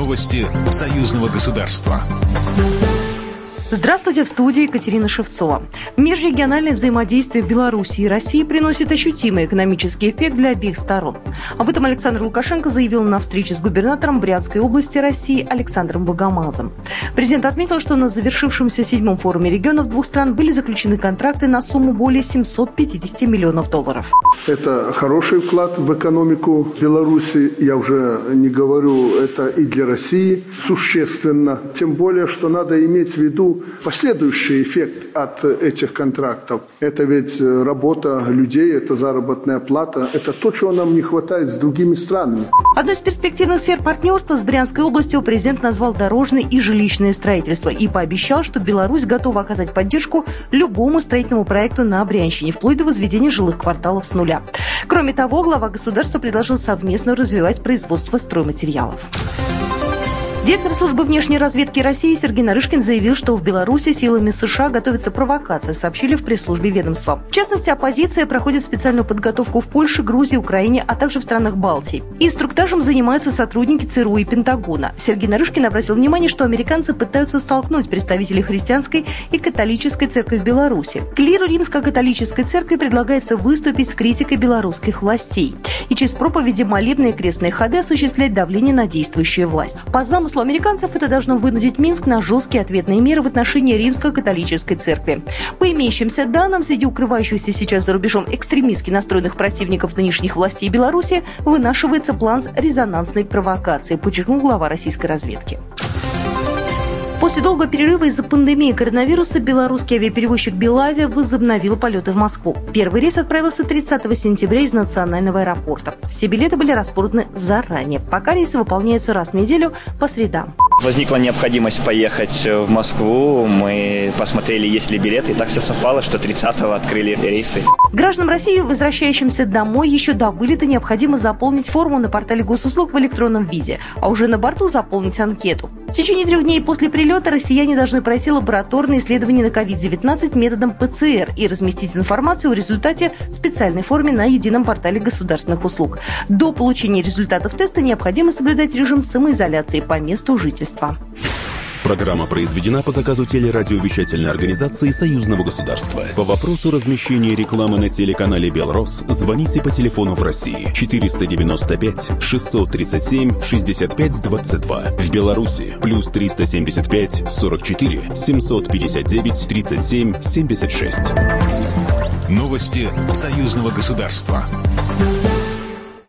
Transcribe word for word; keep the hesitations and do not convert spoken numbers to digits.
Новости союзного государства. Здравствуйте, в студии Екатерина Шевцова. Межрегиональное взаимодействие Беларуси и России приносит ощутимый экономический эффект для обеих сторон. Об этом Александр Лукашенко заявил на встрече с губернатором Брянской области России Александром Богомазом. Президент отметил, что на завершившемся седьмом форуме регионов двух стран были заключены контракты на сумму более семьсот пятьдесят миллионов долларов. Это хороший вклад в экономику Беларуси. Я уже не говорю, это и для России существенно. Тем более, что надо иметь в виду последующий эффект от этих контрактов. Это ведь работа людей, это заработная плата, это то, чего нам не хватает с другими странами. Одной из перспективных сфер партнерства с Брянской областью президент назвал дорожное и жилищное строительство и пообещал, что Беларусь готова оказать поддержку любому строительному проекту на Брянщине, вплоть до возведения жилых кварталов с нуля. Кроме того, глава государства предложил совместно развивать производство стройматериалов. Директор службы внешней разведки России Сергей Нарышкин заявил, что в Беларуси силами США готовится провокация, сообщили в пресс-службе ведомства. В частности, оппозиция проходит специальную подготовку в Польше, Грузии, Украине, а также в странах Балтии. Инструктажем занимаются сотрудники ЦРУ и Пентагона. Сергей Нарышкин обратил внимание, что американцы пытаются столкнуть представителей христианской и католической церкви в Беларуси. Клиру Римско-католической церкви предлагается выступить с критикой белорусских властей и через проповеди, молебные и крестные ходы осуществлять давление на действующую власть. По замыслу американцев это должно вынудить Минск на жесткие ответные меры в отношении Римско-католической церкви. По имеющимся данным, среди укрывающихся сейчас за рубежом экстремистски настроенных противников нынешних властей Беларуси вынашивается план резонансной провокации, подчеркнул глава российской разведки. После долгого перерыва из-за пандемии коронавируса белорусский авиаперевозчик Белавия возобновил полеты в Москву. Первый рейс отправился тридцатого сентября из национального аэропорта. Все билеты были распроданы заранее. Пока рейсы выполняются раз в неделю по средам. Возникла необходимость поехать в Москву. Мы посмотрели, есть ли билеты. И так все совпало, что тридцатого открыли рейсы. Гражданам России, возвращающимся домой, еще до вылета необходимо заполнить форму на портале госуслуг в электронном виде, а уже на борту заполнить анкету. В течение трех дней после прилета россияне должны пройти лабораторные исследования на ковид девятнадцать методом ПЦР и разместить информацию о результате в специальной форме на едином портале государственных услуг. До получения результатов теста необходимо соблюдать режим самоизоляции по месту жительства. Программа произведена по заказу телерадиовещательной организации Союзного государства. По вопросу размещения рекламы на телеканале «Белрос» звоните по телефону в России четыреста девяносто пять шестьсот тридцать семь шестьдесят пять двадцать два. В Беларуси плюс триста семьдесят пять сорок четыре семьсот пятьдесят девять тридцать семь семьдесят шесть. Новости союзного государства.